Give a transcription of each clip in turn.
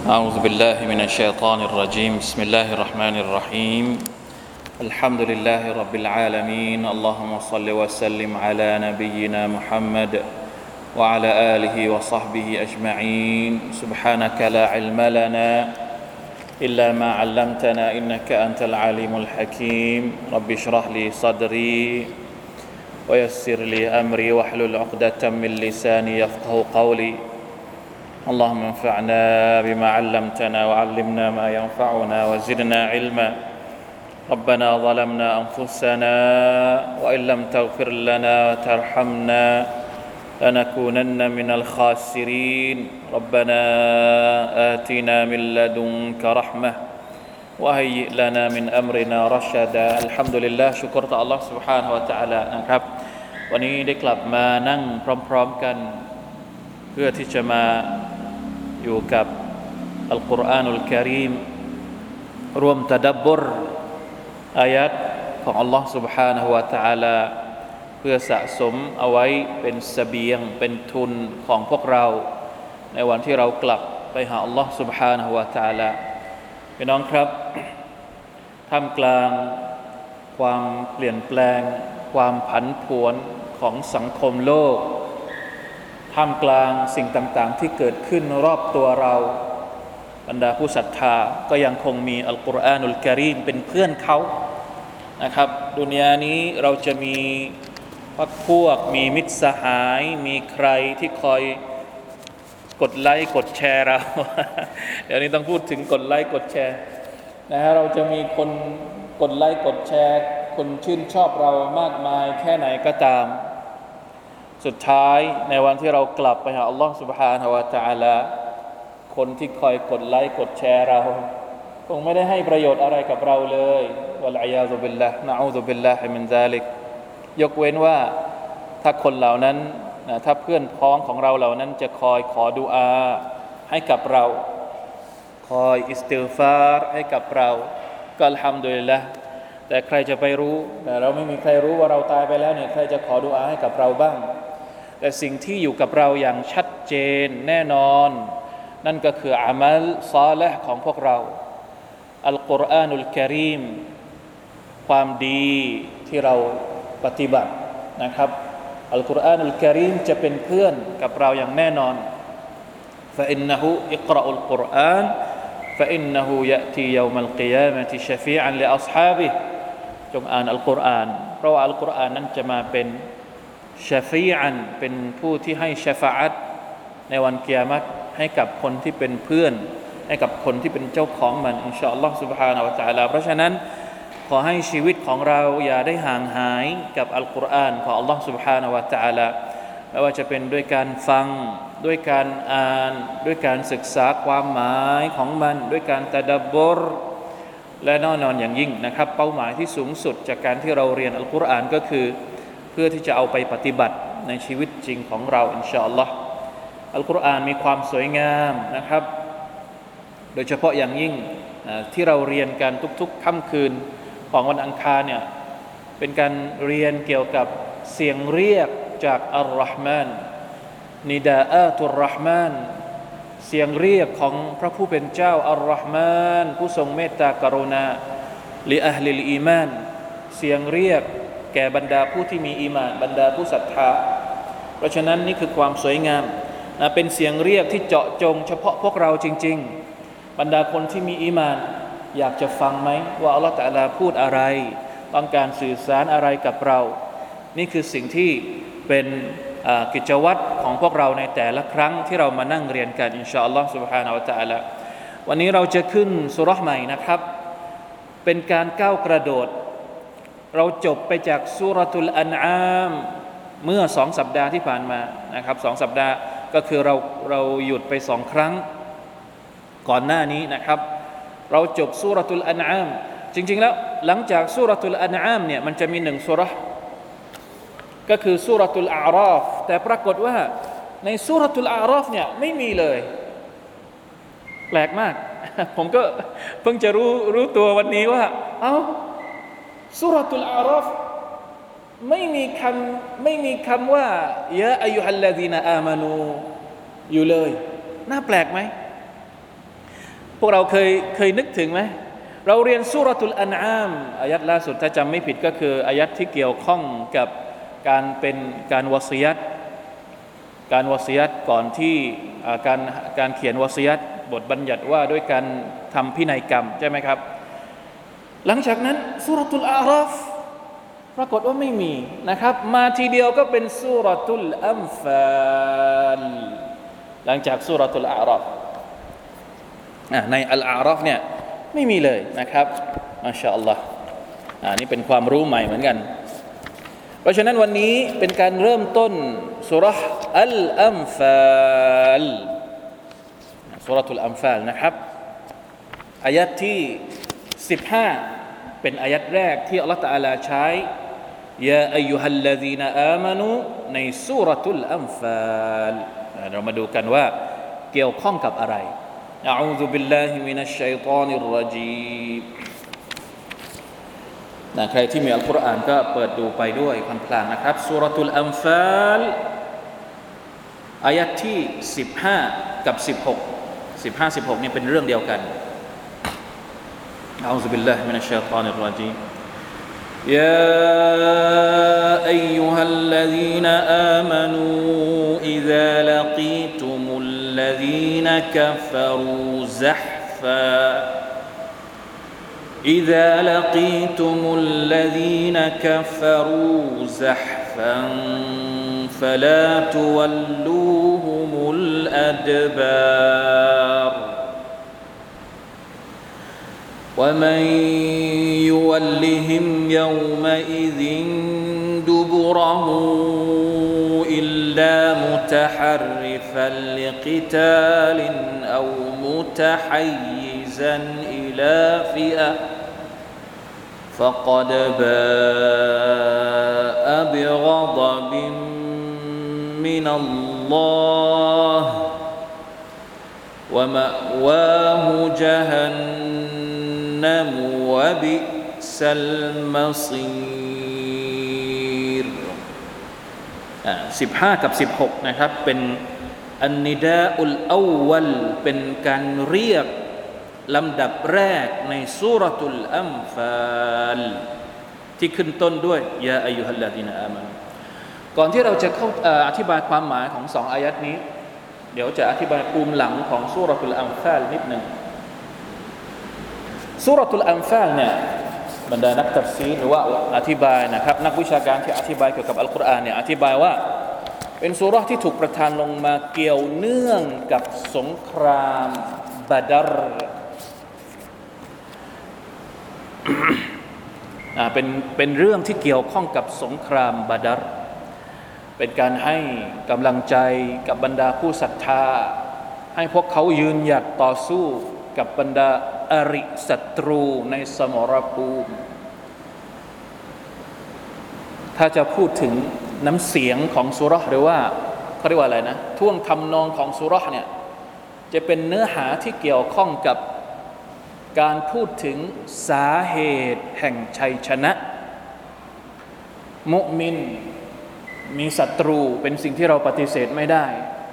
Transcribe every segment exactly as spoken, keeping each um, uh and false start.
أعوذ بالله من الشيطان الرجيم بسم الله الرحمن الرحيم الحمد لله رب العالمين اللهم صل وسلم على نبينا محمد وعلى آله وصحبه أجمعين سبحانك لا علم لنا إلا ما علمتنا إنك أنت العليم الحكيم رب اشرح لي صدري ويسر لي أمري واحلل عقدة من لساني يفقه قولي اللهم انفعنا بما علمتنا وعلمنا ما ينفعنا وزدنا علما ربنا ظلمنا أنفسنا وإن لم تغفر لنا وترحمنا لنكونن من الخاسرين ربنا آتنا من لدنك رحمة وهيئ لنا من أمرنا رشدا الحمد لله ชุกรต่อ Allah سبحانه และ تعالى นะครับวันนี้ได้กลับมานั่งพร้อมๆกันเพื่อที่จะมาอยู่กับอัลกุรอานุลกะรีมร่วมตะดับบรอายัดของ Allah سبحانه และ تعالى เพื่อสะสมเอาไว้เป็นเสบียงเป็นทุนของพวกเราในวันที่เรากลับไปหา Allah سبحانه และ تعالى พี่น้องครับท่ามกลางความเปลี่ยนแปลงความผันผวนของสังคมโลกท่ามกลางสิ่งต่างๆที่เกิดขึ้นรอบตัวเราบรรดาผู้ศรัทธาก็ยังคงมีอัลกุรอานุลกะรีมเป็นเพื่อนเขานะครับดุนยานี้เราจะมีพรรคพวกมีมิตรสหายมีใครที่คอยกดไลค์กดแชร์เรา เดี๋ยวนี้ต้องพูดถึงกดไลค์กดแชร์นะฮะเราจะมีคนกดไลค์กดแชร์คนชื่นชอบเรามากมายแค่ไหนก็ตามสุดท้ายในวันที่เรากลับไปหาอัลลอฮฺ سبحانه และ تعالى คนที่คอยกดไลค์กดแชร์เราคงไม่ได้ให้ประโยชน์อะไรกับเราเลยวะลัยยาซุบิลลาห์นะอูซุบิลลาฮิมินซาลิกยกเว้นว่าถ้าคนเหล่านั้นนะถ้าเพื่อนพ้องของเราเหล่านั้นจะคอยขอดุอาให้กับเราคอยอิสติฆฟารให้กับเราก็อัลฮัมดุลิลละห์แต่ใครจะไปรู้แต่เราไม่มีใครรู้ว่าเราตายไปแล้วเนี่ยใครจะขอดุอาให้กับเราบ้างแต่สิ่งที่อยู่กับเราอย่างชัดเจนแน่นอนนั่นก็คืออามัลศอลิฮ์ของพวกเราอัลกุรอานุลกะรีมความดีที่เราปฏิบัตินะครับอัลกุรอานุลกะรีมจะเป็นเพื่อนกับเราอย่างแน่นอน فإنه اقرأوا القرآن فإنه يأتي يوم القيامة شفيعا لأصحابه จงอ่านอัลกุรอานเพราะว่าอัลกุรอานนั้นจะมาเป็นชะฟีอันเป็นผู้ที่ให้ชะฟาอะห์ในวันกิยามะฮ์ให้กับคนที่เป็นเพื่อนให้กับคนที่เป็นเจ้าของมันอินชาอัลลอฮ์ سبحانه และ تعالى เพราะฉะนั้นขอให้ชีวิตของเราอย่าได้ห่างหายกับอัลกุรอานของอัลลอฮ์ سبحانه และ تعالى ไม่ว่าจะเป็นด้วยการฟังด้วยการอ่านด้วยการศึกษาความหมายของมันด้วยการตะดับบรและแน่นอนอย่างยิ่งนะครับเป้าหมายที่สูงสุดจากการที่เราเรียนอัลกุรอานก็คือเพื่อที่จะเอาไปปฏิบัติในชีวิตจริงของเราอินชาอัลลอฮ์อัลกุรอานมีความสวยงามนะครับโดยเฉพาะอย่างยิ่งที่เราเรียนกันทุกๆค่ำคืนของวันอังคารเนี่ยเป็นการเรียนเกี่ยวกับเสียงเรียกจากอัลลอฮ์มานนิดาอะตุรเราะห์มานเสียงเรียกของพระผู้เป็นเจ้าอัลลอฮ์มานผู้ทรงเมตตากรุณาลิอะฮลิลอีมานเสียงเรียกแก่บรรดาผู้ที่มีอีหม่านบรรดาผู้ศรัทธาเพราะฉะนั้นนี่คือความสวยงามนะเป็นเสียงเรียกที่เจาะจงเฉพาะพวกเราจริงๆบรรดาคนที่มีอีหม่านอยากจะฟังไหมว่าอัลลอฮฺตะอาลาพูดอะไรต้องการสื่อสารอะไรกับเรานี่คือสิ่งที่เป็นกิจวัตรของพวกเราในแต่ละครั้งที่เรามานั่งเรียนกันอินชาอัลลอฮฺ سبحانه และ تعالى วันนี้เราจะขึ้นซูเราะห์ใหม่นะครับเป็นการก้าวกระโดดเราจบไปจากซูเราะตุลอันอามเมื่อสองสัปดาห์ที่ผ่านมานะครับสองสัปดาห์ก็คือเราเราหยุดไปสองครั้งก่อนหน้านี้นะครับเราจบซูเราะตุลอันอามจริงๆแล้วหลังจากซูเราะตุลอันอามเนี่ยมันจะมีหนึ่งซูเราะห์ก็คือซูเราะตุลอาราฟแต่ปรากฏว่าในซูเราะตุลอาราฟเนี่ยไม่มีเลยแปลกมาก ผมก็เพิ่งจะรู้รู้ตัววันนี้ว่าเอ้าซูเราะตุลอาราฟไม่มีคำไม่มีคำว่ายะอัยยูฮัลลซีนาอามานูอยู่เลยน่าแปลกไหมพวกเราเคยเคยนึกถึงไหมเราเรียนซูเราะตุลอันอามอายัดล่าสุดถ้าจำไม่ผิดก็คืออายัดที่เกี่ยวข้องกับการเป็นการวะซียัตการวะซียัตก่อนที่การการเขียนวะซียัตบทบัญญัติว่าด้วยการทำพินัยกรรมใช่ไหมครับหลังจากนั้นซูเราะตุลอาราฟปรากฏว่าไม่มีนะครับมาทีเดียวก็เป็นซูเราะตุลอัมฟาลหลังจากซูเราะตุลอาราฟในอัลอาราฟเนี่ยไม่มีเลยนะครับมาชาอัลลอฮ์อ่านี่เป็นความรู้ใหม่เหมือนกันเพราะฉะนั้นวันนี้เป็นการเริ่มต้นซูเราะห์อัลอัมฟาลซูเราะตุลอัมฟาลนะครับอายะห์ที่สิบห้าเป็นอายะห์แรกที่อัลเลาะห์ตะอาลาใช้ยาอัยยูฮัลลซีนาอามานูในซูเราะตุลอัมฟาลเรามาดูกันว่าเกี่ยวข้องกับอะไรอะอูซุบิลลาฮิมินัชชัยฏอนิรเราะญีมนะใครที่มีอัลกุรอานก็เปิดดูไปด้วยพลางๆนะครับซูเราะตุลอัมฟาลอายะห์ที่สิบห้ากับสิบหก สิบห้า สิบหกนี่เป็นเรื่องเดียวกันอะอูซุบิลลาฮิมินัชชัยฏอนิรเราะญีมยาอัยยูฮัลลซีนาอามานูอิซาลกีตุมุลลซีนากัฟรูซัฮฟาإذا لقيتم الذين كفروا زحفا فلا تولوهم الأدبار ومن يولهم يومئذ دبره إلا متحرفا لقتال أو متحيزا إلى فئة فقد باء بغضب من الله ومأواه جهنم وبئس المصير สิบห้ากับสิบหกนะครับเป็นอันนิดาอุลอาววัลเป็นการเรียกลำดับแรกในซูเราะตุลอัมฟาลที่ขึ้นต้นด้วยยาอัยยูฮัลลซีนาอามานูก่อนที่เราจะเข้าอธิบายความหมายของสองอายัดนี้เดี๋ยวจะอธิบายภูมิหลังของซูเราะตุลอัมฟาลนิดหนึ่งซูเราะตุลอัมฟาลเนี่ยบรรดานักตัฟซีรหรือว่าอธิบายนะครับนักวิชาการที่อธิบายเกี่ยวกับอัลกุรอานเนี่ยอธิบายว่าเป็นซูเราะห์ที่ถูกประทานลงมาเกี่ยวเนื่องกับสงครามบาดรเป็นเป็นเรื่องที่เกี่ยวข้องกับสงครามบาดรเป็นการให้กำลังใจกับบรรดาผู้ศรัทธาให้พวกเขายืนหยัดต่อสู้กับบรรดาอริศัตรูในสมรภูมิถ้าจะพูดถึงน้ำเสียงของซูเราะห์หรือว่าเขาเรียกว่าอะไรนะท่วงทำนองของซูเราะห์เนี่ยจะเป็นเนื้อหาที่เกี่ยวข้องกับการพูดถึงสาเหตุแห่งชัยชนะมุมินมีศัตรูเป็นสิ่งที่เราปฏิเสธไม่ได้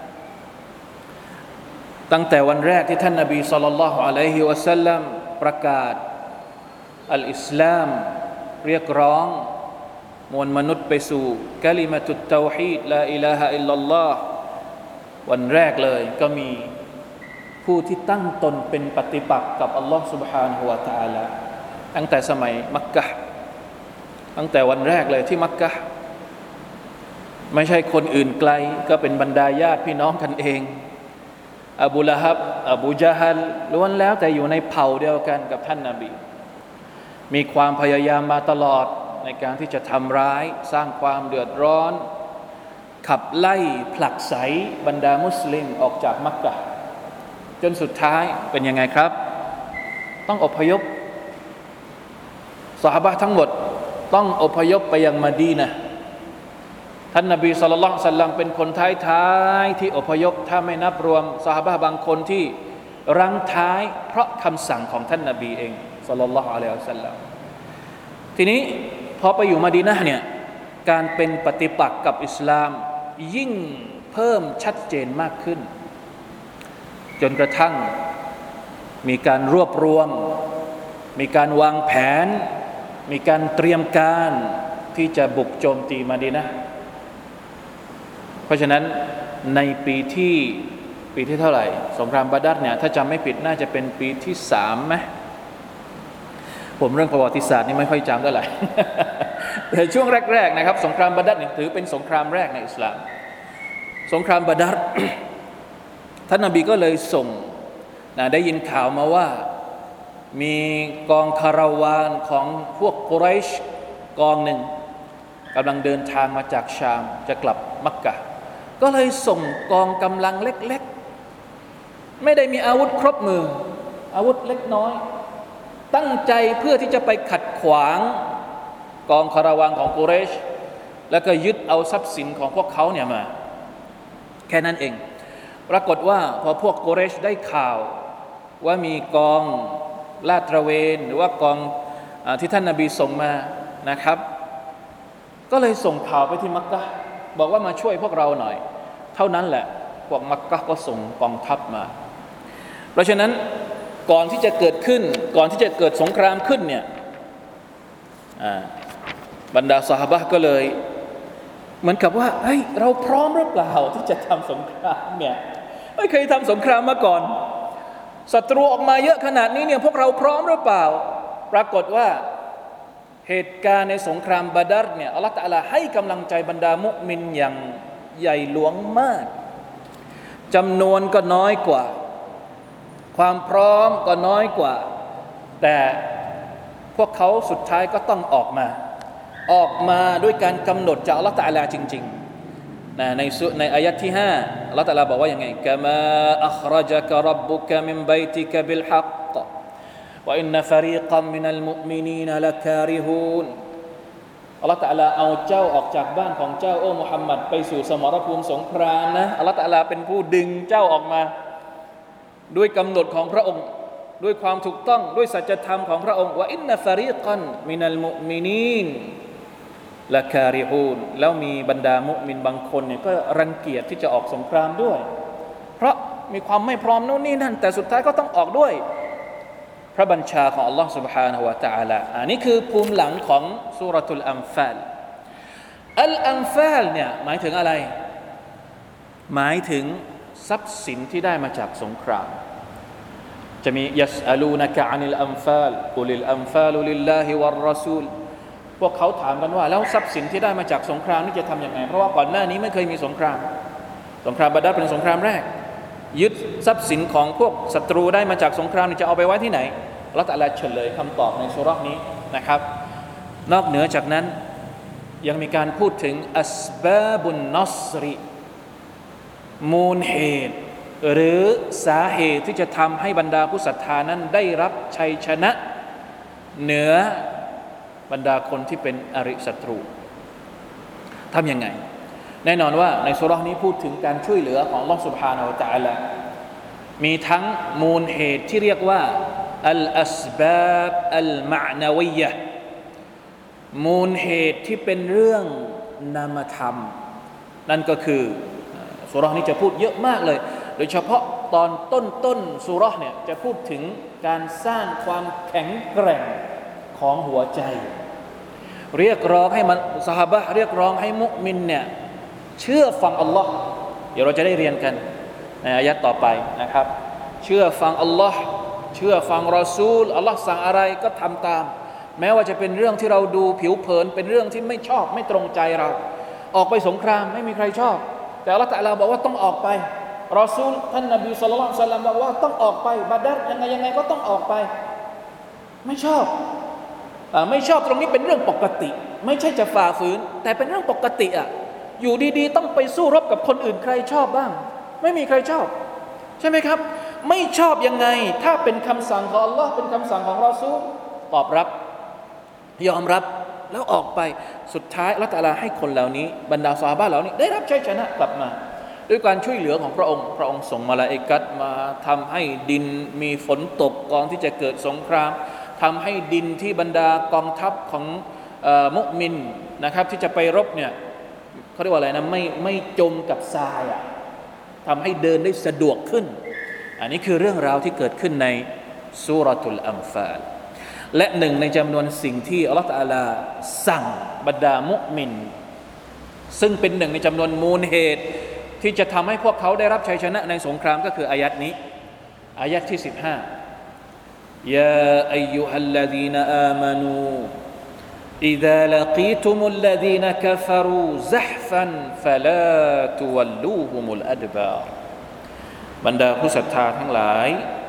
ตั้งแต่วันแรกที่ท่านนบีศ็อลลัลลอฮุอะลัยฮิวะซัลลัมประกาศอัลอิสลามเรียกร้องมวลมนุษย์ไปสู่กะลิมะตุตเตาฮีดลาอิลาฮะอิลลัลลอฮ์วันแรกเลยก็มีผู้ที่ตั้งตนเป็นปฏิปักษ์กับอัลลอฮ์ سبحانه และ تعالى ตั้งแต่สมัยมักกะห์ตั้งแต่วันแรกเลยที่มักกะห์ไม่ใช่คนอื่นไกลก็เป็นบรรดาญาติพี่น้องกันเองอบูละฮับอบูญะฮัลล้วนแล้วแต่อยู่ในเผ่าเดียวกันกับท่านนบีมีความพยายามมาตลอดในการที่จะทำร้ายสร้างความเดือดร้อนขับไล่ผลักไสบรรดามุสลิมออกจากมักกะห์จนสุดท้ายเป็นยังไงครับต้องอพยพซอฮาบะห์ทั้งหมดต้องอพยพไปยังมะดีนะห์ท่านนบีศ็อลลัลลอฮุอะลัยฮิวะซัลลัมเป็นคนท้ายๆที่อพยพถ้าไม่นับรวมซอฮาบะห์บางคนที่รั้งท้ายเพราะคำสั่งของท่านนบีเองศ็อลลัลลอฮุอะลัยฮิวะซัลลัมทีนี้พอไปอยู่มะดีนะห์เนี่ยการเป็นปฏิปักษ์กับอิสลามยิ่งเพิ่มชัดเจนมากขึ้นจนกระทั่งมีการรวบรวมมีการวางแผนมีการเตรียมการที่จะบุกโจมตีมะดีนะห์เพราะฉะนั้นในปีที่ปีที่เท่าไหร่สงครามบาดัรเนี่ยถ้าจำไม่ผิดน่าจะเป็นปีที่สามไหมผมเรื่องประวัติศาสตร์นี่ไม่ค่อยจำเท่าไหร่ แต่ช่วงแรกๆนะครับสงครามบาดัรเนี่ยถือเป็นสงครามแรกในอิสลามสงครามบาดัร ท่านนบีก็เลยส่งนะได้ยินข่าวมาว่ามีกองคาราวานของพวกกุไรชกองหนึ่งกำลังเดินทางมาจากชามจะกลับมักกะฮ์ก็เลยส่งกองกำลังเล็กๆไม่ได้มีอาวุธครบมืออาวุธเล็กน้อยตั้งใจเพื่อที่จะไปขัดขวางกองคาราวานของกุเรชแล้วก็ยึดเอาทรัพย์สินของพวกเขาเนี่ยมาแค่นั้นเองปรากฏว่าพอพวกกุเรชได้ข่าวว่ามีกองลาดตระเวนหรือว่ากองที่ท่านนบีส่งมานะครับก็เลยส่งข่าวไปที่มักกะฮ์บอกว่ามาช่วยพวกเราหน่อยเท่านั้นแหละพวกมักกะฮ์ก็ส่งกองทัพมาเพราะฉะนั้นก่อนที่จะเกิดขึ้นก่อนที่จะเกิดสงครามขึ้นเนี่ยบรรดาซอฮาบะห์ก็เลยเหมือนกับว่าเฮ้ยเราพร้อมหรือเปล่าที่จะทำสงครามเนี่ยไม่เคยทำสงครามมาก่อนศัตรูออกมาเยอะขนาดนี้เนี่ยพวกเราพร้อมหรือเปล่าปรากฏว่าเหตุการณ์ในสงครามบาดัรเนี่ยอัลเลาะห์ตะอาลาให้กำลังใจบรรดามุมินอย่างใหญ่หลวงมากจำนวนก็น้อยกว่าความพร้อมก็น้อยกว่าแต่พวกเขาสุดท้ายก็ต้องออกมาออกมาด้วยการกำหนดจากอัลเลาะห์ตะอาลาจริงๆนะในสุในอายะห์ที่ห้าอัลเลาะห์ตะอาลาบอกว่ายังไงกะมาอัคเราะญะกะร็อบบุกะมินบัยติกะบิลฮักว่าอินนะฟะรีกันมินัลมุอ์มินีนละคาริฮูนอัลเลาะห์ตะอาลาเอาเจ้าออกจากบ้านของเจ้าโอ้มุฮัมมัดไปสู่สมรภูมิสงครามนะอัลเลาะห์ตะอาลาเป็นผู้ดึงเจ้าออกมาด้วยกำหนดของพระองค์ด้วยความถูกต้องด้วยสัจธรรมของพระองค์ว่าอินนะฟะรีกันมินัลมุอ์มินีนละคาริฮูนแล้วมีบรรดามุมินบางคนเนี่ยก็รังเกียจที่จะออกสงครามด้วยเพราะมีความไม่พร้อมโน่นนี่นั่นแต่สุดท้ายก็ต้องออกด้วยพระบัญชาของอัลลอฮ์ سبحانه และ تعالى อันนี้คือภูมิหลังของซูเราะตุลอัมฟาลอัลอัมฟาลเนี่ยหมายถึงอะไรหมายถึงทรัพย์สินที่ได้มาจากสงครามจะมียัสอะลูนะกะอานิลอัมฟาลกุลิลอัมฟาลุลิลลาฮิวัรรอซูลพวกเขาถามกันว่าแล้วทรัพย์สินที่ได้มาจากสงครามนี่จะทำยังไงเพราะว่าก่อนหน้านี้ไม่เคยมีสงครามสงครามบาดัรเป็นสงครามแรกยึดทรัพย์สินของพวกศัตรูได้มาจากสงครามนี่จะเอาไปไว้ที่ไหนอัลเลาะห์ตะอาลาเฉลยคำตอบในซูเราะห์นี้นะครับนอกเหนือจากนั้นยังมีการพูดถึงอัสบาบุนนัศริมูลเหตุหรือสาเหตุที่จะทำให้บรรดาผู้ศรัทธานั้นได้รับชัยชนะเหนือบรรดาคนที่เป็นอริศัตรูทำยังไงแน่นอนว่าในซูเราะห์นี้พูดถึงการช่วยเหลือของอัลเลาะห์ سبحانه และ تعالى มีทั้งมูลเหตุที่เรียกว่าอัลอัสบาบอัลมะนาวิยะห์มูลเหตุที่เป็นเรื่องนามธรรมนั่นก็คือซูเราะห์นี้จะพูดเยอะมากเลยโดยเฉพาะตอนต้นๆซูเราะห์เนี่ยจะพูดถึงการสร้างความแข็งแกร่งของหัวใจเรียกร้องให้มันซอฮาบะห์เรียกร้องให้มุมินเนี่ยเชื่อฟังอัลลอฮ์เดี๋ยวเราจะได้เรียนกันในอายะห์ต่อไปนะครับเชื่อฟังอัลลอฮ์เชื่อฟังรอซูลอัลลอฮ์สั่งอะไรก็ทำตามแม้ว่าจะเป็นเรื่องที่เราดูผิวเผินเป็นเรื่องที่ไม่ชอบไม่ตรงใจเราออกไปสงครามไม่มีใครชอบแต่อัลลอฮ์ตะอาลาบอกว่าต้องออกไปรอซูลท่านนบีศ็อลลัลลอฮุอะลัยฮิวะซัลลัมบอกว่าต้องออกไปบาดัรยังไงยังไงก็ต้องออกไปไม่ชอบอ่าไม่ชอบตรงนี้เป็นเรื่องปกติไม่ใช่จะฝ่าฝืนแต่เป็นเรื่องปกติอ่ะอยู่ดีๆต้องไปสู้รบกับคนอื่นใครชอบบ้างไม่มีใครชอบใช่ไหมครับไม่ชอบยังไงถ้าเป็นคำสั่งของอัลลอฮ์เป็นคำสั่งของรอซูลตอบรับยอมรับแล้วออกไปสุดท้ายอัลเลาะห์ตะอาลาให้คนเหล่านี้บรรดาซอฮาบะห์เหล่านี้ได้รับชัยชนะกลับมาด้วยการช่วยเหลือของพระองค์พระองค์ส่งมลาอิกะฮ์มาทำให้ดินมีฝนตกก่อนที่จะเกิดสงครามทำให้ดินที่บรรดากองทัพของเอ่อมุมินนะครับที่จะไปรบเนี่ยเขาเรียกว่าอะไรนะไม่ไม่จมกับทรายอ่ะทำให้เดินได้สะดวกขึ้นอันนี้คือเรื่องราวที่เกิดขึ้นในซูเราะตุลอัมฟาลและหนึ่งในจำนวนสิ่งที่อัลลอฮฺตะอาลาสั่งบรรดามุมินซึ่งเป็นหนึ่งในจำนวนมูลเหตุที่จะทำให้พวกเขาได้รับชัยชนะในสงครามก็คืออายัดนี้อายัดที่สิบห้ายาอัยยูฮัลลซีนอามานูإذا لقيتم الذين كفروا زحفا فلا تولوهم الأدبار บรรดาผู้ศรัทธาทั้งหลาย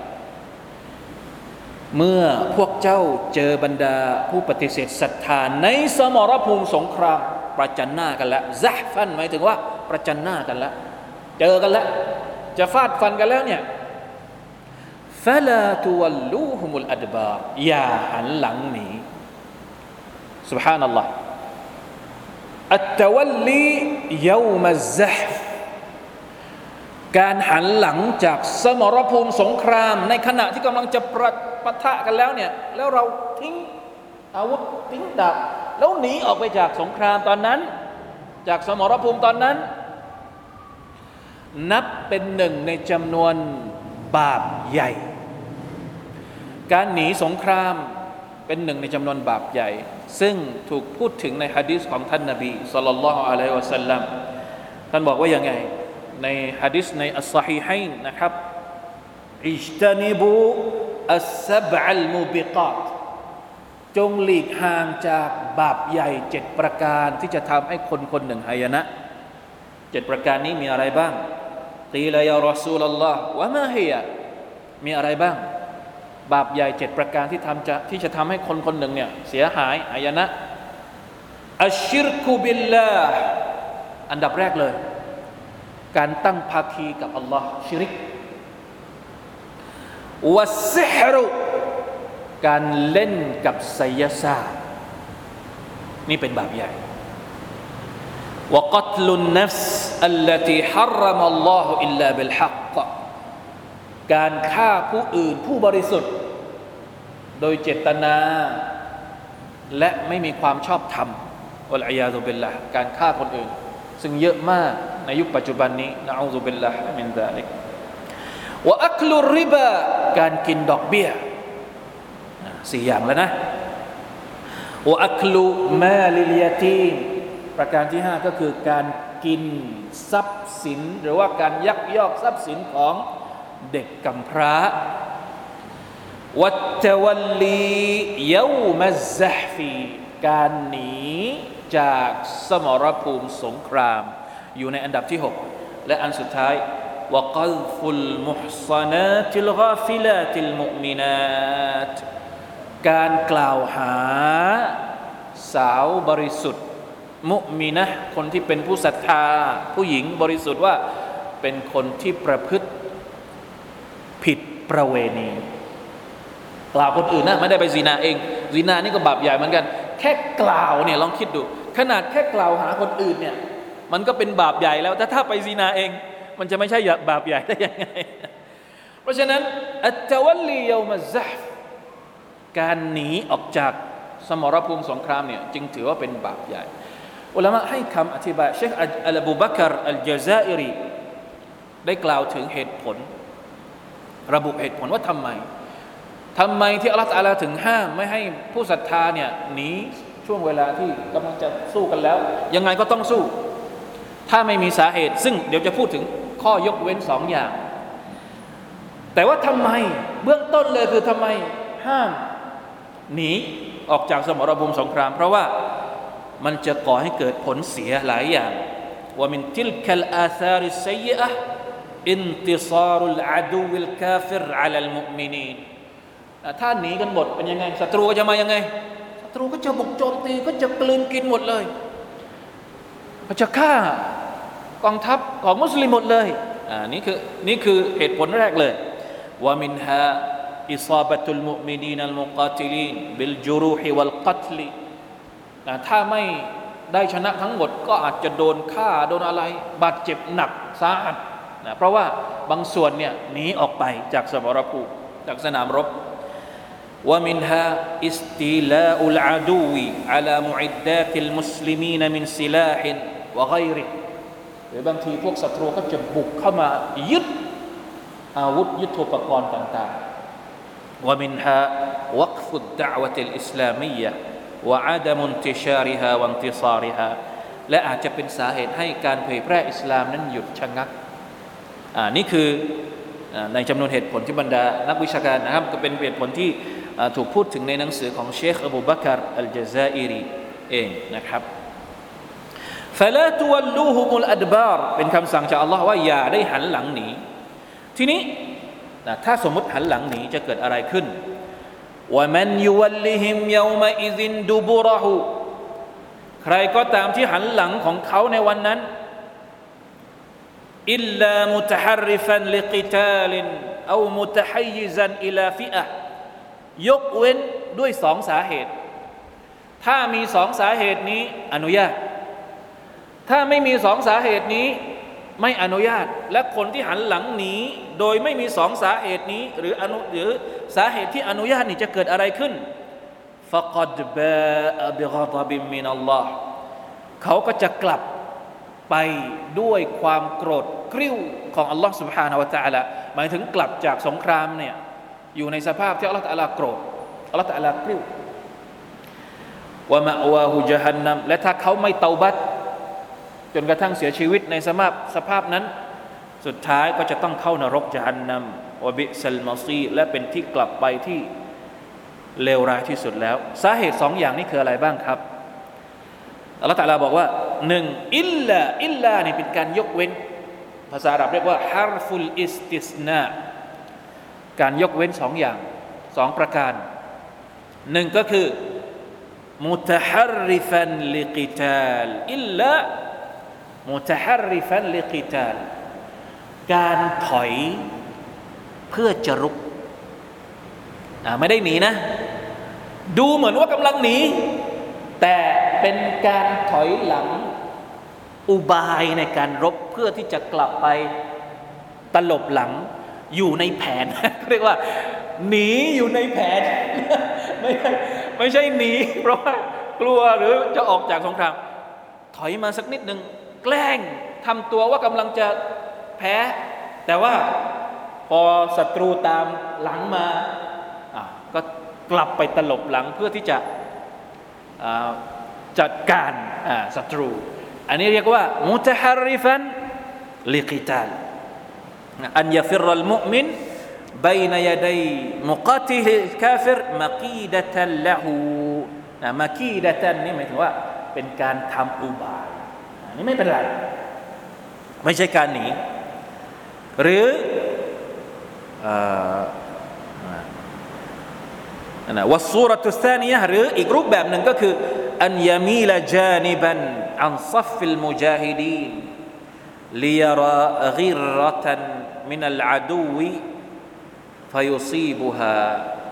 เมื่อพวกเจ้าเจอบรรดาผู้ปฏิเสธศรัทธาในสมรภูมิสงครามประจันหน้ากันแล้วซะฟันหมายถึงว่าประจันหน้ากันแล้วเจอกันแล้วจะฟาดฟันกันแล้วเนี่ยฟะลาตุวัลลูฮุมุลอัดบารอย่าหันหลังหนีซุบฮานัลลอฮ์อัตตะวัลลียอมัซซะฮฟการหันหลังจากสมรภูมิสงครามในขณะที่กำลังจะประปะทะกันแล้วเนี่ยแล้วเราทิ้งอาวุธทิ้งดาบแล้วหนีออกไปจากสงครามตอนนั้นจากสมรภูมิตอนนั้นนับเป็นหนึ่งในจำนวนบาปใหญ่การหนีสงครามเป็นหนึ่งในจำนวนบาปใหญ่ซึ่งถูกพูดถึงในหะดีษของท่านนบีศ็อลลัลลอฮุอะลัยฮิวะซัลลัมท่านบอกว่ายังไงในหะดีษในอัศศอฮีฮัยน์นะครับอิจตะนิบูอัสซับอัลมุบิกาตจงหลีกห่างจากบาปใหญ่เจ็ดประการที่จะทำให้คนคนหนึ่งหายนะเจ็ดประการนี้มีอะไรบ้างกีลายารอซูลุลลอฮ์วะมาฮิยะมีอะไรบ้างบาปใหญ่เจ็ดประการที่ทำจะที่จะทำให้คนคนหนึ่งเนี่ยเสียหายหายนะอัชชิรกุบิลลาห์อันดับแรกเลยการตั้งภาคีกับอัลลอฮ์ชิริกวัสซิฮรุการเล่นกับไสยศาสตร์นี่เป็นบาปใหญ่วะกัตลุนนัฟส์อัลลัตีฮัรรมอัลลอฮุอิลลาบิลฮักการฆ่าผู้อื่นผู้บริสุทธิ์โดยเจตนาและไม่มีความชอบธรรมวัลอียาซุบิลลาห์การฆ่าคนอื่นซึ่งเยอะมากในยุคปัจจุบันนี้นะอูซุบิลลาฮิมินซาลิกวะอัคลุริบาการกินดอกเบี้ยสี่อย่างแล้วนะวะอัคลุมาลิลยะตีมประการที่ห้าก็คือการกินทรัพย์สินหรือว่าการยักยอกทรัพย์สินของเด็กกำพร้าวัตตะวัลลียอมัซซะฮฟีการหนีจากสมรภูมิสงครามอยู่ในอันดับที่หกและอันสุดท้ายวะกัซฟุลมุฮซานาติลกาฟิลาติลมุอ์มินาตการกล่าวหาสาวบริสุทธิ์มุมินะห์คนที่เป็นผู้ศรัทธาผู้หญิงบริสุทธิ์ว่าเป็นคนที่ประพฤติผิดประเวณีกล่าวคนอื่นนะไม่ได้ไปซินาเองซินานี่ก็บาปใหญ่เหมือนกันแค่กล่าวเนี่ยลองคิดดูขนาดแค่กล่าวหาคนอื่นเนี่ยมันก็เป็นบาปใหญ่แล้วแต่ถ้าไปซินาเองมันจะไม่ใช่บาปใหญ่ได้ยังไงเพราะฉะนั้นอัตตะวัลลียอมัซซะฮฟการหนีออกจากสมรภูมิสงครามเนี่ยจึงถือว่าเป็นบาปใหญ่อุลามะให้คำอธิบายเชคอัลอบูบักรอัลญะซาอิรีได้กล่าวถึงเหตุผลระบุเหตุผลว่าทำไมทำไมที่อัลลอฮฺตะอาลาถึงห้ามไม่ให้ผู้ศรัทธาเนี่ยหนีช่วงเวลาที่กำลังจะสู้กันแล้วยังไงก็ต้องสู้ถ้าไม่มีสาเหตุซึ่งเดี๋ยวจะพูดถึงข้อยกเว้นสองอย่างแต่ว่าทำไมเบื้องต้นเลยคือทำไมห้ามหนีออกจากสมรภูมิสงครามเพราะว่ามันจะก่อให้เกิดผลเสียหลายอย่างว่ามินติลกัลอาซาริสซัยอะฮ์อินติซารุลอะดูวิลกาฟิรอะลัลมุอ์มินีนถ้าหนีกันหมดเป็นยังไงศัตรูจะมายังไงศัตรูก็จะบุกโจมตีก็จะกลืนกินหมดเลยก็จะฆ่ากองทัพของมุสลิมหมดเลยอ่านี่คือนี่คือเหตุผลแรกเลยว่ามินฮาอิซาบะตุลมุอ์มินีนัลมุกาติลีนบิลจุรูฮิวัลกัตลิถ้าไม่ได้ชนะทั้งหมดก็อาจจะโดนฆ่าโดนอะไรบาดเจ็บหนักสาหัสนะเพราะว่าบางส่วนเนี่ยหนีออกไปจากสมรภูมิจากสนามรบว่ามินฮาอิสติลาอุลอาดูวีอะลามุอิดดาติลมุสลิมีนมินซิลาฮินวะฆอยริหรือบางทีพวกศัตรูก็จะบุกเข้ามายึดอาวุธยุทโธปกรณ์ต่างๆ ومنها وقف الدعوة الإسلامية وعدم انتشارها وانتصارها และอาจจะเป็นสาเหตุให้การเผยแพร่อิสลามนั้นหยุดชะงักอ่านี่คือในจำนวนเหตุผลที่บรรดานักวิชาการนะครับก็เป็นเหตุผลที่ถูกพูดถึงในหนังสือของเชคอบูบักรอัลญะซาอิรีเองนะครับ فلا تولوهم الأدبار เป็นคำสั่งจากอัลลอฮ์ว่าอย่าได้หันหลังหนีทีนี้ถ้าสมมติหันหลังหนีจะเกิดอะไรขึ้น ومن يولهم يومئذ دبره ใครก็ตามที่หันหลังของเขาในวันนั้นอิลลามุตะฮัรริฟันลิกิตาลเอามุตะฮัยซันอิลาฟิอะห์ยกเว้นด้วยสองสาเหตุถ้ามีสองสาเหตุนี้อนุญาตถ้าไม่มีสองสาเหตุนี้ไม่อนุญาตและคนที่หันหลังหนีโดยไม่มีสองสาเหตุนี้หรืออนุหรือสาเหตุที่อนุญาตนี่จะเกิดอะไรขึ้นฟะกัดบาอะบิฆฎบิมินัลลอฮ์เขาก็จะกลับไปด้วยความโกรธกริ้วของอัลลอฮ์ سبحانه และ تعالى หมายถึงกลับจากสงครามเนี่ยอยู่ในสภาพที่อัลลอฮ์ تعالى โกรธอัลลอฮ์ تعالى กริ้ววะมะอวาฮุญะฮันนัมและถ้าเขาไม่เตาบัตจนกระทั่งเสียชีวิตในสภาพสภาพนั้นสุดท้ายก็จะต้องเข้านรกญะฮันนัมวะบิซัลมอซีและเป็นที่กลับไปที่เลวร้ายที่สุดแล้วสาเหตุสองอย่างนี้คืออะไรบ้างครับอัลลอฮฺตะอาลาบอกว่าหนึ่งอิลลาอิลลานี่เป็นการยกเว้นภาษาอาหรับเรียกว่าฮาร์ฟุลอิสติสนาการยกเว้นสองอย่างสองประการหนึ่งก็คือมุตะฮัรริฟันลิกิตาลอิลลามุตะฮัรริฟันลิกิตาลการถอยเพื่อจะรุกอ่าไม่ได้หนีนะดูเหมือนว่ากำลังหนีแต่เป็นการถอยหลังอุบายในการรบเพื่อที่จะกลับไปตลบหลังอยู่ในแผน เรียกว่าหนีอยู่ในแผน ไม่ใช่ไม่ใช่หนีเพราะว่ากลัวหรือจะออกจากสงครามถอยมาสักนิดหนึ่งแกล้งทำตัวว่ากำลังจะแพ้แต่ว่าพอศัตรูตามหลังมาก็กลับไปตลบหลังเพื่อที่จะจัดการศัตรูอันนี้เรียกว่ามุตะฮัรริฟันลิกิตาลอันยะฟิรรัลมุอ์มินบัยนะยะดัยมุกาติลิลกาฟิรมะกีดะตันละฮูนะมะกีดะตันนี่หมายถึงว่าเป็นการทำอุบายอันนี้ไม่เป็นไรไม่ใช่การหนีหรือนะวัสซูเราะตุสซานียะห์หรืออีกรูปแบบหนึ่งก็คืออันยะมีละจานิบันอันซัฟฟิลมุจาฮิดีนลิยรากิรเราะตันมินัลอะดูวฟะยุซีบุฮา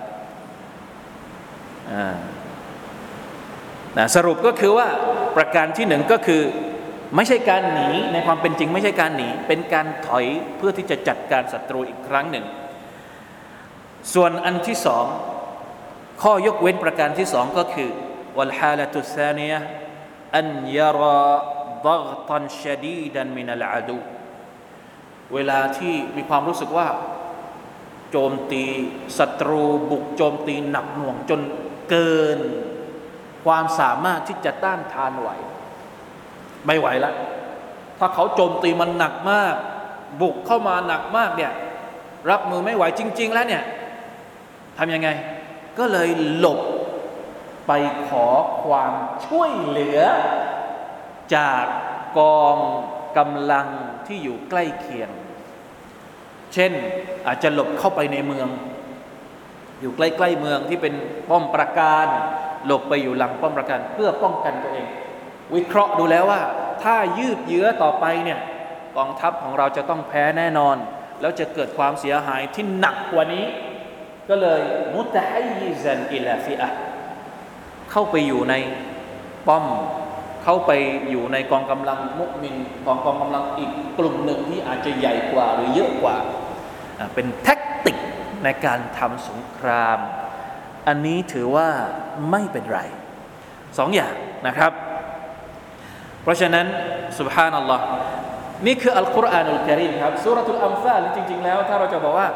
อ่านะสรุปก็คือว่าประการที่หนึ่งก็คือไม่ใช่การหนีในความเป็นจริงไม่ใช่การหนีเป็นการถอยเพื่อที่จะจัดการศัตรูอีกครั้งหนึ่งส่วนอันที่สองข้อยกเว้นประการที่สองก็คือวัลฮาละตุซานียะห์อันยะราดัฆตันชะดีดันมินัลอะดูเวลาที่มีความรู้สึกว่าโจมตีศัตรูบุกโจมตีหนักหน่วงจนเกินความสามารถที่จะต้านทานไหวไม่ไหวแล้วถ้าเขาโจมตีมันหนักมากบุกเข้ามาหนักมากเนี่ยรับมือไม่ไหวจริงๆแล้วเนี่ยทำยังไงก็เลยหลบไปขอความช่วยเหลือจากกองกำลังที่อยู่ใกล้เคียงเช่นอาจจะหลบเข้าไปในเมืองอยู่ใกล้ๆเมืองที่เป็นป้อมปราการหลบไปอยู่หลังป้อมปราการเพื่อป้องกันตัวเองวิเคราะห์ดูแล้วว่าถ้ายืดเยื้อต่อไปเนี่ยกองทัพของเราจะต้องแพ้แน่นอนแล้วจะเกิดความเสียหายที่หนักกว่านี้ก็เลยมุตะฮัยยิซันอิลาฟิอะห์เข้าไปอยู่ในป้อมเข้าไปอยู่ในกองกำลังมุมินกองกองกำลังอีกกลุ่มหนึ่งที่อาจจะใหญ่กว่าหรือเยอะกว่าเป็นแท็กติกในการทำสงครามอันนี้ถือว่าไม่เป็นไรสองอย่างนะครับเพราะฉะนั้นซุบฮานัลลอฮ์นี่คืออัลกุรอานุลกะรีมครับซูเราะตุลอัมฟาลจริงๆแล้วถ้าเราจะบอกว่า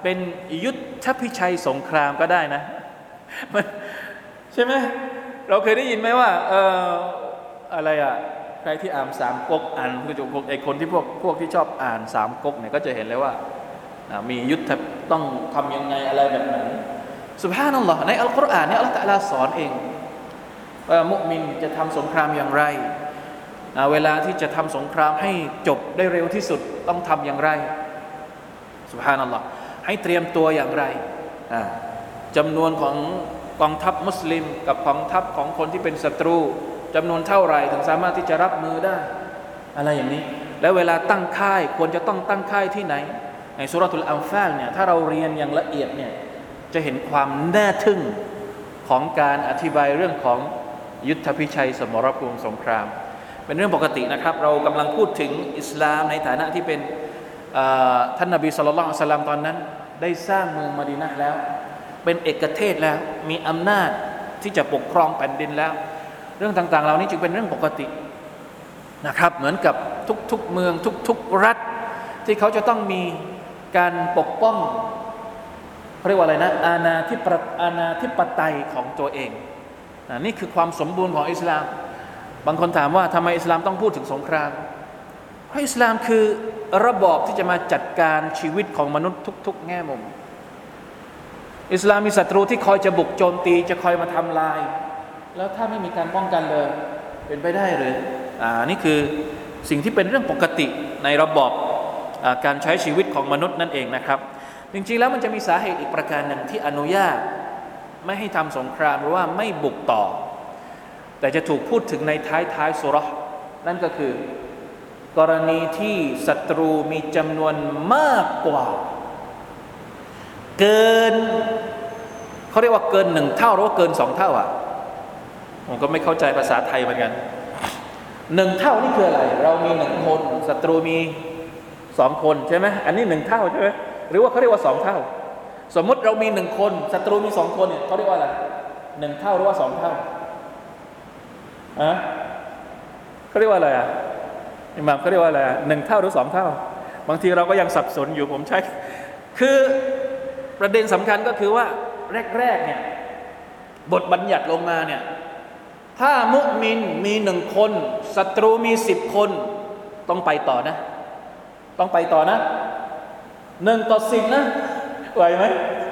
เป็นยุทธพิชัยสงครามก็ได้นะมันใช่ไหมเราเคยได้ยินไหมว่าเอ่ออะไรอะใครที่อ่านสามก๊กอ่านคือพวกไอ้คนที่พวกพวกที่ชอบอ่านสามก๊กเนี่ยก็จะเห็นเลยว่ามียุทธต้องทำยังไงอะไรแบบไหนซุบฮานัลลอฮ์ในอัลกุรอานเนี่ยอัลเลาะห์ตะอาลาสอนเองว่ามุมินจะทำสงครามอย่างไรเวลาที่จะทำสงครามให้จบได้เร็วที่สุดต้องทำอย่างไรซุบฮานัลลอฮ์ให้เตรียมตัวอย่างไรจำนวนของกองทัพมุสลิมกับกองทัพของคนที่เป็นศัตรูจำนวนเท่าไหร่ถึงสามารถที่จะรับมือได้อะไรอย่างนี้แล้วเวลาตั้งค่ายควรจะต้องตั้งค่ายที่ไหนในซูเราะตุลอันฟาลเนี่ยถ้าเราเรียนอย่างละเอียดเนี่ยจะเห็นความน่าทึ่งของการอธิบายเรื่องของยุทธพิชัยสมรภูมิสงครามเป็นเรื่องปกตินะครับเรากำลังพูดถึงอิสลามในฐานะที่เป็นท่านนบีศ็อลลัลลอฮุอะลัยฮิวะซัลลัมตอนนั้นได้สร้างเมืองมะดีนะห์แล้วเป็นเอกเทศแล้วมีอำนาจที่จะปกครองแผ่นดินแล้วเรื่องต่างๆเหล่านี้จึงเป็นเรื่องปกตินะครับเหมือนกับทุกๆเมืองทุกๆรัฐที่เขาจะต้องมีการปกป้องเรียกว่าอะไรนะอาณาธิปอาณาธิปไตยของตัวเองนี่คือความสมบูรณ์ของอิสลามบางคนถามว่าทำไมอิสลามต้องพูดถึงสงครามเพราะอิสลามคือระบอบที่จะมาจัดการชีวิตของมนุษย์ทุกๆแง่มุมอิสลามมีศัตรูที่คอยจะบุกโจมตีจะคอยมาทำลายแล้วถ้าไม่มีการป้องกันเลยเป็นไปได้หรืออ่านี่คือสิ่งที่เป็นเรื่องปกติในระบอบการใช้ชีวิตของมนุษย์นั่นเองนะครับจริงๆแล้วมันจะมีสาเหตุอีกประการหนึ่งที่อนุญาตไม่ให้ทำสงครามหรือว่าไม่บุกต่อแต่จะถูกพูดถึงในท้ายๆซูเราะห์นั่นก็คือกรณีที่ศัตรูมีจำนวนมากกว่าเกินเขาเรียกว่าเกินหนึ่งเท่าหรือว่าเกินสองเท่าอ่ะผมก็ไม่เข้าใจภาษาไทยเหมือนกันหนึ่งเท่านี่คืออะไรเรามีหนึ่งคนศัตรูมีสองคนใช่ไหมอันนี้หนึ่งเท่าใช่ไหมหรือว่าเขาเรียกว่าสองเท่าสมมติเรามีหนึ่งคนศัตรูมีสองคนเนี่ยเขาเรียกว่าอะไรหนึ่งเท่าหรือว่าสองเท่าอะเขาเรียกว่าอะไรอ่ะอิหม่ามเขาเรียกว่าอะไรหนึ่งเท่าหรือสองเท่าบางทีเราก็ยังสับสนอยู่ผมใช้คือประเด็นสำคัญก็คือว่าแรกๆเนี่ยบทบัญญัติลงมาเนี่ยถ้ามุมินมีหนึ่งคนศัตรูมีสิบคนต้องไปต่อนะต้องไปต่อนะหนึ่งต่อสิบนะไหวไหม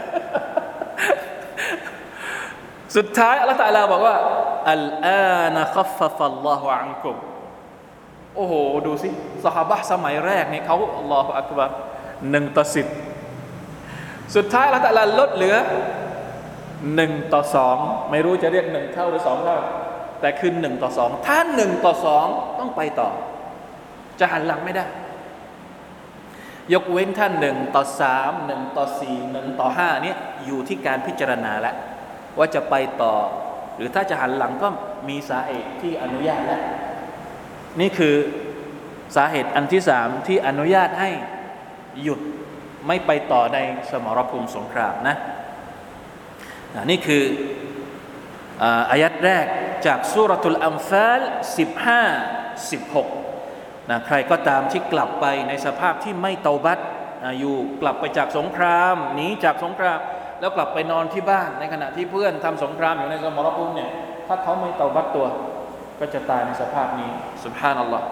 สุดท้ายอัลเลาะห์ตะอาลาบอกว่าอัลอานะคัฟฟะฟัลลอฮุอันกุมโอ้โหดูสิซอฮาบะห์สมัยแรกนี่เขาอัลลอฮุอักบัรหนึ่งต่อสิบสุดท้ายอัลเลาะห์ตะอาลาลดเหลือหนึ่งต่อสองไม่รู้จะเรียกหนึ่งเท่าหรือสองเท่าแต่คือหนึ่งต่อสองถ้าหนึ่งต่อสองต้องไปต่อจะหันหลังไม่ได้ยกเว้นท่านหนึ่งต่อสามหนึ่งต่อสี่หนึ่งต่อห้านี่อยู่ที่การพิจารณาแล้วว่าจะไปต่อหรือถ้าจะหันหลังก็มีสาเหตุที่อนุญาตแล้วนี่คือสาเหตุอันที่สามที่อนุญาตให้หยุดไม่ไปต่อในสมรภูมิสงครามนะนี่คืออายัดแรกจากซูเราะตุลอันฟาลสิบห้า สิบหกนะใครก็ตามที่กลับไปในสภาพที่ไม่เตาบัตอยู่กลับไปจากสงครามหนีจากสงครามแล้วกลับไปนอนที่บ้านในขณะที่เพื่อนทำสงครามอยู่ในสมรภูมิเนี่ยถ้าเขาไม่เตาบัตตัวก็จะตายในสภาพนี้ซุบฮานัลลอฮ์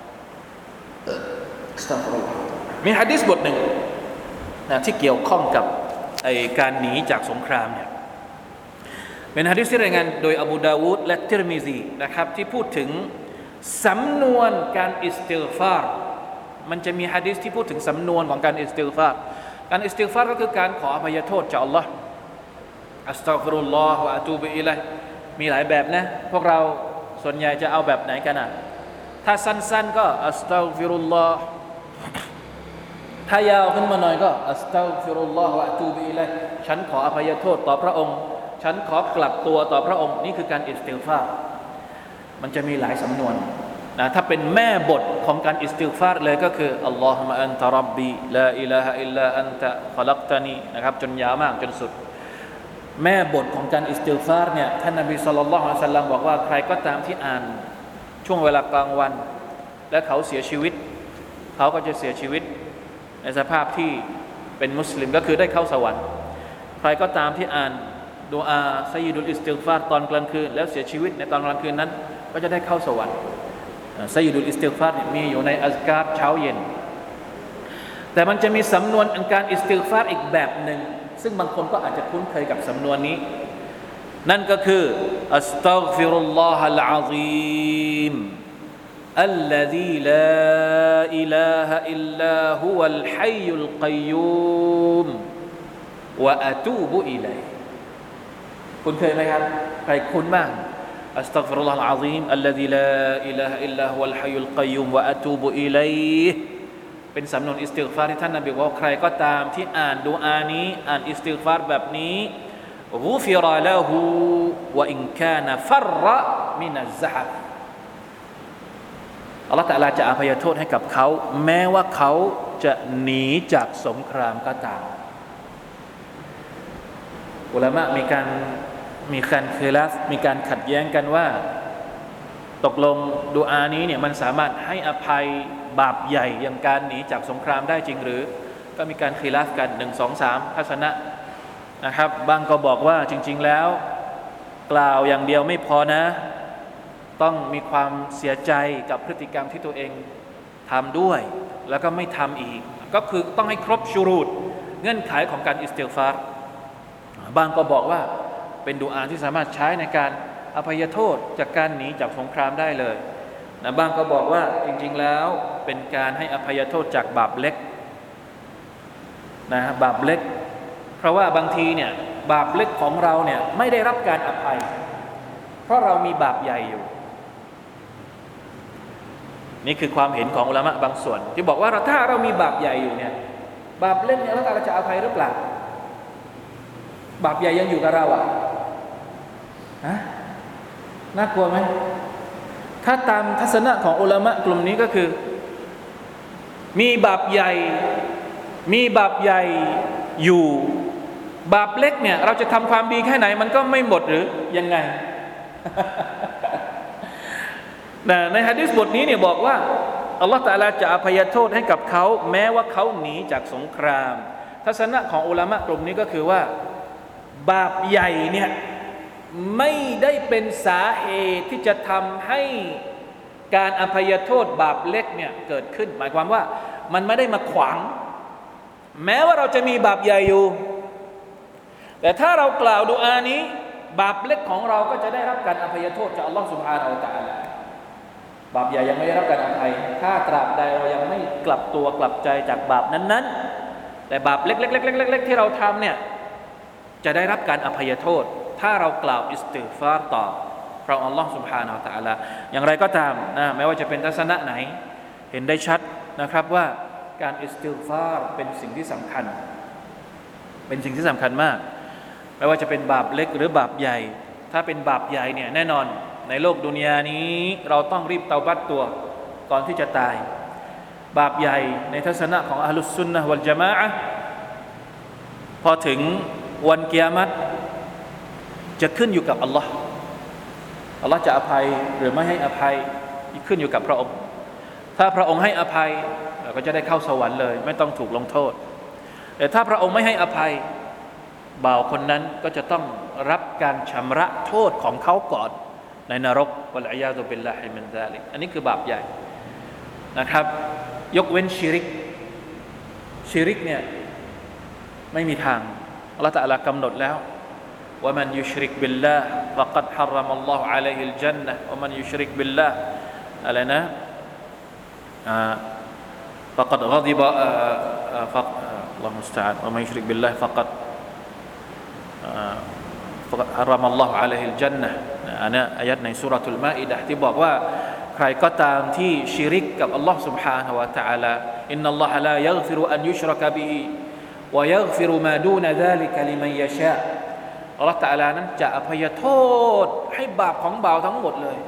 อัสตัฆฟิรุลลอฮ์มีหะดีษบทหนึ่งนะที่เกี่ยวข้องกับไอ้การหนีจากสงครามเนี่ยเป็นหะดีษที่รายงานโดยอบูดาวูดและติรมิซีนะครับที่พูดถึงสำนวนการอิสติฆฟารมันจะมีหะดีษที่พูดถึงสำนวนของการอิสติฆฟารการอิสติฆฟารก็คือการขออภัยโทษจากอัลลอฮ์อัสตัฆฟิรุลลอฮ์วะอะตูบิอิลัยฮิมีหลายแบบนะพวกเราส่วนใหญ่จะเอาแบบไหนกันอ่ะถ้าสั้นๆก็อัสตัฆฟิรุลลอฮ์ถ้ายาวขึ้นมาหน่อยก็อัสตัฆฟิรุลลอฮ์วะอะตูบิอิลัยฮิฉันขออภัยโทษต่อพระองค์ฉันขอกลับตัวต่อพระองค์นี่คือการอิสติฆฟารมันจะมีหลายสำนวนนะถ้าเป็นแม่บทของการอิสติฆฟารเลยก็คืออัลลอฮุมะอันตะร็อบบีลาอิลาฮะอิลลาอันตะคอลักตานีนะครับจนยาวมากจนสุดแม่บทของการอิสติฆฟารเนี่ยท่านนบีศ็อลลัลลอฮุอะลัยฮิวะซัลลัมบอกว่าใครก็ตามที่อ่านช่วงเวลากลางวันและเขาเสียชีวิตเขาก็จะเสียชีวิตในสภาพที่เป็นมุสลิมก็คือได้เข้าสวรรค์ใครก็ตามที่อ่านดุอาซัยยิดุลอิสติฆฟารตอนกลางคืนแล้วเสียชีวิตในตอนกลางคืนนั้นก็จะได้เข้าสวรรค์ซัยยิดุลอิสติฆฟารมีอยู่ในอัซการ์เช้าเย็นแต่มันจะมีสำนวนอันการอิสติฆฟารอีกแบบหนึ่งซึ่งบางคนก็อาจจะคุ้นเคยกับสำนวนนี้นั่นก็คืออัสตัฆฟิรุลลอฮะลอะซีมอัลลซีลาอิลาฮะอิลลาฮุวัลฮัยยุลกัยยูมวะอะตูบุอิลัยฮิคุณเคยไหมครับใครคุ้นบ้างอัสตัฆฟิรุลลอฮะลอะซีมอัลลซีลาอิลาฮะอิลลาฮุวัลฮัยยุลกัยยูมวะอะตูบุอิลัยฮิเป็นสำนวนอิสติฆฟารที่ท่านนบีบอกว่าใครก็ตามที่อ่านดุอานี้อ่านอิสติฆฟารแบบนี้กุฟิรละฮูวะอินกานะฟัรระมินัซซะฮบอัลเลาะห์ตะอาลาจะอภัยโทษให้กับเขาแม้ว่าเขาจะหนีจากสงครามก็ตามอุลามะมีการมีการคิลาฟมีการขัดแย้งกันว่าตกลงดุอานี้เนี่ยมันสามารถให้อภัยบาปใหญ่อย่างการหนีจากสงครามได้จริงหรือก็มีการคิลาฟกันหนึ่ง สอง สามทัศนะนะครับบางก็บอกว่าจริงๆแล้วกล่าวอย่างเดียวไม่พอนะต้องมีความเสียใจกับพฤติกรรมที่ตัวเองทำด้วยแล้วก็ไม่ทำอีกก็คือต้องให้ครบชูรูตเงื่อนไขของการอิสติฆฟารบางก็บอกว่าเป็นดุอาที่สามารถใช้ในการอภัยโทษจากการหนีจากสงครามได้เลยนะบางก็บอกว่าจริงๆแล้วเป็นการให้อภัยโทษจากบาปเล็กนะบาปเล็กเพราะว่าบางทีเนี่ยบาปเล็กของเราเนี่ยไม่ได้รับการอภัยเพราะเรามีบาปใหญ่อยู่นี่คือความเห็นของอุลามะบางส่วนที่บอกว่าเราถ้าเรามีบาปใหญ่อยู่เนี่ยบาปเล็กเนี่ยเราจะอภัยหรือเปล่าบาปใหญ่ยังอยู่กับเราอ่ะฮะน่ากลัวไหมถ้าตามทัศนะของอุลามะกลุ่มนี้ก็คือมีบาปใหญ่มีบาปใหญ่อยู่บาปเล็กเนี่ยเราจะทำความดีแค่ไหนมันก็ไม่หมดหรือยังไง ในหะดีษบทนี้เนี่ยบอกว่าอัลลอฮฺตะอาลาจะอภัยโทษให้กับเขาแม้ว่าเขาหนีจากสงครามทัศนะของอุลามะกลุ่มนี้ก็คือว่าบาปใหญ่เนี่ยไม่ได้เป็นสาเหตุที่จะทำให้การอภัยโทษบาปเล็กเนี่ยเกิดขึ้นหมายความว่ามันไม่ได้มาขวางแม้ว่าเราจะมีบาปใหญ่อยู่แต่ถ้าเรากล่าวดุอานี้บาปเล็กของเราก็จะได้รับการอภัยโทษจากอัลลอฮฺซุบฮานะฮูวะตะอาลาบาปใหญ่ยังไม่ได้รับการอภัยถ้าตราบใดเรายังไม่กลับตัวกลับใจจากบาปนั้นๆแต่บาปเล็กๆๆๆๆที่เราทำเนี่ยจะได้รับการอภัยโทษถ้าเรากล่าวอิสติฆฟารต่อพระอัลลอฮฺซุบฮานะฮูวะตะอาลาอย่างไรก็ตามนะไม่ว่าจะเป็นทัศนะไหนเห็นได้ชัดนะครับว่าการอิสติฆฟารเป็นสิ่งที่สำคัญเป็นสิ่งที่สำคัญมากไม่ว่าจะเป็นบาปเล็กหรือบาปใหญ่ถ้าเป็นบาปใหญ่เนี่ยแน่นอนในโลกดุนยานี้เราต้องรีบเตาบัตตัวก่อนที่จะตายบาปใหญ่ในทัศนะของอะห์ลุสซุนนะฮ์วัลญะมาอะห์พอถึงวันกิยามะฮ์จะขึ้นอยู่กับอัลลอฮ์อัลลอฮ์จะอภัยหรือไม่ให้อภัยขึ้นอยู่กับพระองค์ถ้าพระองค์ให้อภัยเราก็จะได้เข้าสวรรค์เลยไม่ต้องถูกลงโทษแต่ถ้าพระองค์ไม่ให้อภัยบ่าวคนนั้นก็จะต้องรับการชำระโทษของเขาก่อนในนรกวัลอียาซุบิลลาฮิมินซาลิกอันนี้คือบาปใหญ่นะครับยกเว้นชิริกชิริกเนี่ยไม่มีทางอัลเลาะห์ตะอาลากำหนดแล้วว่ามันยุชริกบิลลาห์ฟะกัดฮะรามอัลลอฮุอะลัยฮิลญันนะฮ์วะมันยุชริกบิลลาห์อะไรนะอ่าฟะกัดฆอฎิบะฟะอัลลอฮุมุสตะอาดวะมันยุชริกบิลลาห์ฟะกัดฮะรามอัลลอฮุอะลัยฮิลญันนะฮ์อันนี้อายะห์ในซูเราะตุลมาอิดะห์ที่บอกว่าใครก็ตามที่ชิริกกับอัลลอฮ์ سبحانه และ تعالى อินนัลลอฮะลายัฆฟิรุอันยุชรกะบิฮิวะยัฆฟิรุมาดูนะซาลิกะลิมันยะชาอัลลอฮ์ تعالى นั้นจะอภัยโทษให้บาปของบ่าวทั้งหมดเลย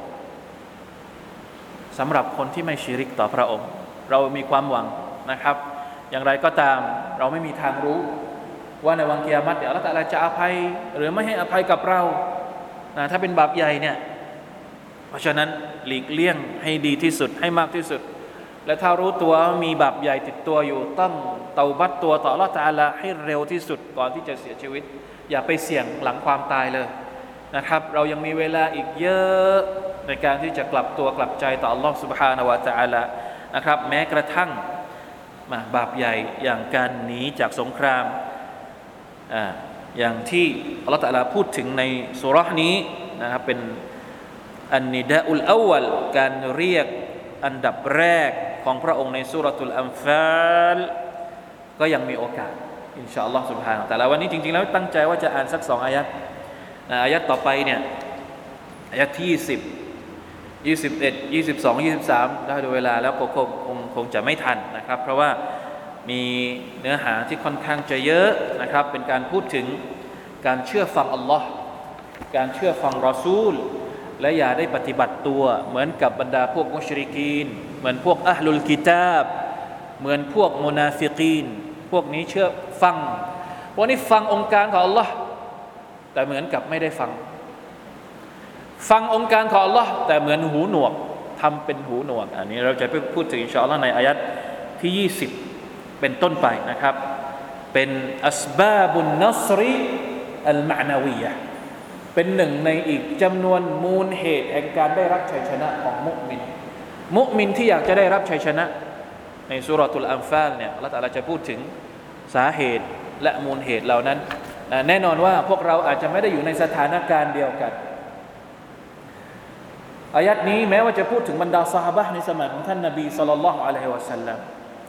สำหรับคนที่ไม่ชิริกต่อพระองค์เรามีความหวังนะครับอย่างไรก็ตามเราไม่มีทางรู้ว่าในวันกิยามะฮ์อัลลอฮ์ تعالى จะอภัยหรือไม่ให้อภัยกับเรานะถ้าเป็นบาปใหญ่เนี่ยเพราะฉะนั้นหลีกเลี่ยงให้ดีที่สุดให้มากที่สุดและถ้ารู้ตัวมีบาปใหญ่ติดตัวอยู่ต้องเตาบัตตัวต่ออัลเลาะห์ตะอาลาให้เร็วที่สุดก่อนที่จะเสียชีวิตอย่าไปเสี่ยงหลังความตายเลยนะครับเรายังมีเวลาอีกเยอะในการที่จะกลับตัวกลับใจต่ออัลลอฮฺ سبحانه และ تعالى นะครับแม้กระทั่งมาบาปใหญ่อย่างการหนีจากสงครามอ่าอย่างที่อัลลอฮฺตะอาลาพูดถึงในซูเราะห์นี้นะครับเป็นอันนิดาอุลอวัลการเรียกอันดับแรกของพระองค์ในซูเราะตุลอันฟาลก็ยังมีโอกาสอินชาอัลลอฮฺ سبحانه แต่ละวันนี้จริงๆแล้วตั้งใจว่าจะอ่านสักสองอายัดอายัดต่อไปเนี่ยอายัดที่ยี่สิบ ยี่สิบเอ็ด ยี่สิบสอง ยี่สิบสามถ้าดูเวลาแล้วคงคงคงจะไม่ทันนะครับเพราะว่ามีเนื้อหาที่ค่อนข้างจะเยอะนะครับเป็นการพูดถึงการเชื่อฟังอัลลอฮ์การเชื่อฟังรอซูลและอย่าได้ปฏิบัติตัวเหมือนกับบรรดาพวกมุชริกีนเหมือนพวกอะห์ลุลกิตาบเหมือนพวกมุนาฟิกีนพวกนี้เชื่อฟังพวกนี้ฟังองค์การของอัลลอฮ์แต่เหมือนกับไม่ได้ฟังฟังองค์การของอัลลอฮ์แต่เหมือนหูหนวกทำเป็นหูหนวกอันนี้เราจะไปพูดถึงอินชาอัลลอฮ์ในอายัดที่ยี่สิบเป็นต้นไปนะครับเป็นอัสบาบุนนัศรีอัลมะนาวียะห์เป็นหนึ่งในอีกจำนวนมูลเหตุแห่งการได้รับชัยชนะของมุมินมุมินที่อยากจะได้รับชัยชนะในซูเราะตุลอันฟาลเนี่ยอัลเลาะห์ตะอาลาจะพูดถึงสาเหตุและมูลเหตุเหล่านั้นแน่นอนว่าพวกเราอาจจะไม่ได้อยู่ในสถานการณ์เดียวกันอายัดนี้แม้ว่าจะพูดถึงบรรดาซอฮาบะห์ในสมัยของท่านนบีศ็อลลัลลอฮุอะลัยฮิวะซัลลัม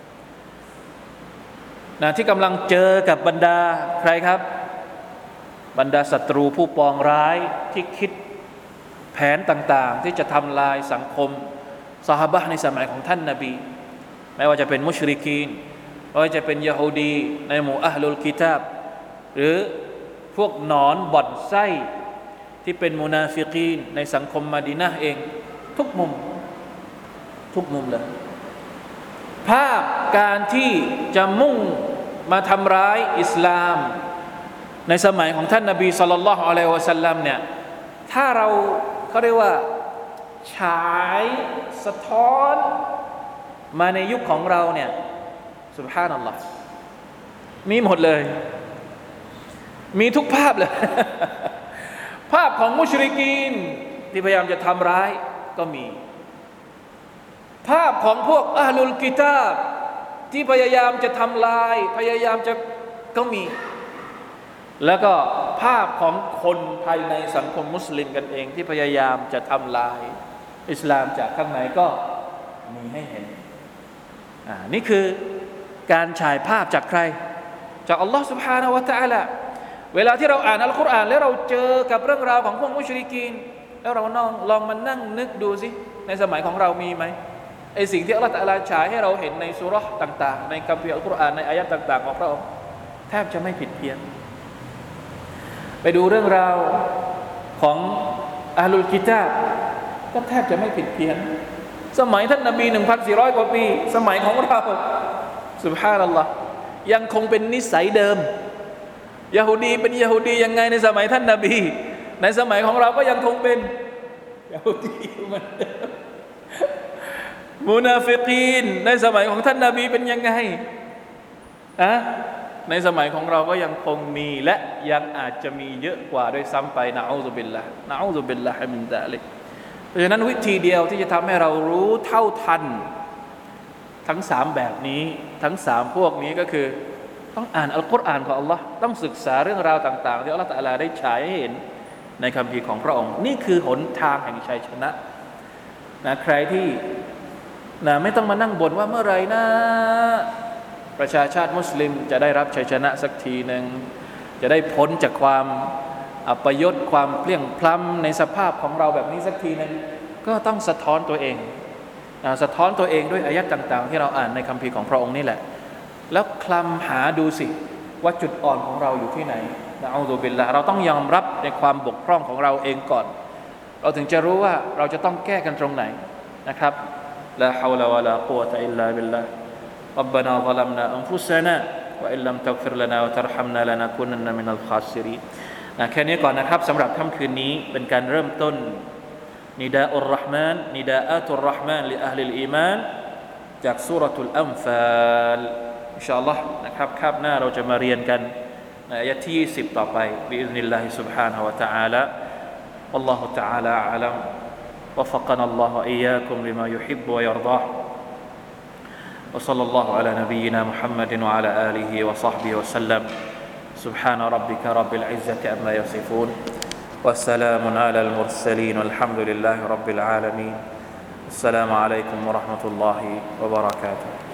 นะที่กำลังเจอกับบรรดาใครครับบรรดาศัตรูผู้ปองร้ายที่คิดแผนต่างๆที่จะทำลายสังคมซอฮาบะห์ในสมัยของท่านนบีไม่ว่าจะเป็นมุชริกีนไม่ว่าจะเป็นยะฮูดีในหมู่อะห์ลุลกิตาบหรือพวกหนอนบ่อนไส้ที่เป็นมุนาฟิกีนในสังคมมะดีนะห์เองทุกมุมทุกมุมเลยภาพการที่จะมุ่งมาทำร้ายอิสลามในสมัยของท่านนบีศ็อลลัลลอฮุอะลัยฮิวะซัลลัมเนี่ยถ้าเราเขาเรียกว่าฉายสะท้อนมาในยุคของเราเนี่ยซุบฮานัลลอฮ์มีหมดเลยมีทุกภาพเลย ภาพของมุชริกีนที่พยายามจะทำร้ายก็มีภาพของพวกอะห์ลุลกิตาบที่พยายามจะทำลายพยายามจะก็มีแล้วก็ภาพของคนภายในสังคมมุสลิมกันเองที่พยายามจะทำลายอิสลามจากข้างในก็มีให้เห็นอ่านี่คือการฉายภาพจากใครจากอัลลอฮฺ سبحانه และ تعالى เวลาที่เราอ่านอัลกุรอานแล้วเราเจอกับเรื่องราวของพวกมุชริกีนแล้วเราลองลองมานั่งนึกดูสิในสมัยของเรามีไหมไอสิ่งที่อัลลอฮฺตะอาลาฉายให้เราเห็นในซูเราะห์ต่างๆในคัมภีร์อัลกุรอานในอายะห์ต่างๆของพระองค์แทบจะไม่ผิดเพี้ยนไปดูเรื่องราวของอะห์ลุลกิตาบก็แทบจะไม่ผิดเพี้ยนสมัยท่านนบี หนึ่งพันสี่ร้อย กว่าปีสมัยของเราซุบฮานัลลอฮ์ยังคงเป็นนิสัยเดิมยะฮูดีเป็นยะฮูดียังไงในสมัยท่านนบีในสมัยของเราก็ยังคงเป็นยะฮูดีเหมือนเดิมมุนาฟิกีนในสมัยของท่านนบีเป็นยังไงอะในสมัยของเราก็ยังคงมีและยังอาจจะมีเยอะกว่าด้วยซ้ำไปนะอูซุบิลลาห์นะอูซุบิลลาฮิมินซาลิกเพราะฉะนั้นวิธีเดียวที่จะทำให้เรารู้เท่าทันทั้งสามแบบนี้ทั้งสามพวกนี้ก็คือต้องอ่านอัลกุรอานของอัลลอฮ์ต้องศึกษาเรื่องราวต่างๆที่อัลลอฮ์ตะอาลาได้ฉายให้เห็นในคัมภีร์ของพระองค์นี่คือหนทางแห่งชัยชนะนะใครที่นะไม่ต้องมานั่งบ่นว่าเมื่อไรนะประชาชาติมุสลิมจะได้รับชัยชนะสักทีหนึ่งจะได้พ้นจากความอัปยศความเปลี่ยงพล้ำในสภาพของเราแบบนี้สักทีหนึ่งก็ต้องสะท้อนตัวเองสะท้อนตัวเองด้วยอายะห์ต่างๆที่เราอ่านในคัมภีร์ของพระองค์นี่แหละแล้วคลำหาดูสิว่าจุดอ่อนของเราอยู่ที่ไหนนะอูซุบิลลาห์เราต้องยอมรับในความบกพร่องของเราเองก่อนเราถึงจะรู้ว่าเราจะต้องแก้กันตรงไหนนะครับลาฮาวลาวะลากุวะตะอิลลาบิลลาห์ربنا ظلمنا أنفسنا وإن لم تغفر لنا وترحمنا لنكونن من الخاسرين แค่นี้ก่อนนะครับสำหรับค่ำคืนนี้เป็นการเริ่มต้นนิดาอุรเราะห์มานนิดาอาตุรเราะห์มานลิอะห์ลิลอีมานจากซูเราะตุลอัมฟาลอินชาอัลลอฮ์นะครับคาบหน้าเราจะมาเรียนกันในอายะที่ยี่สิบต่อไปบิอิซนิลลาฮิ سبحانه และ تعالى والله تعالى أعلم وفقنا الله وإياكم لما يحب ويرضاه وصلى الله على نبينا محمد وعلى آله وصحبه وسلم سبحان ربك رب العزة عما يصفون والسلام على المرسلين والحمد لله رب العالمين السلام عليكم ورحمة الله وبركاته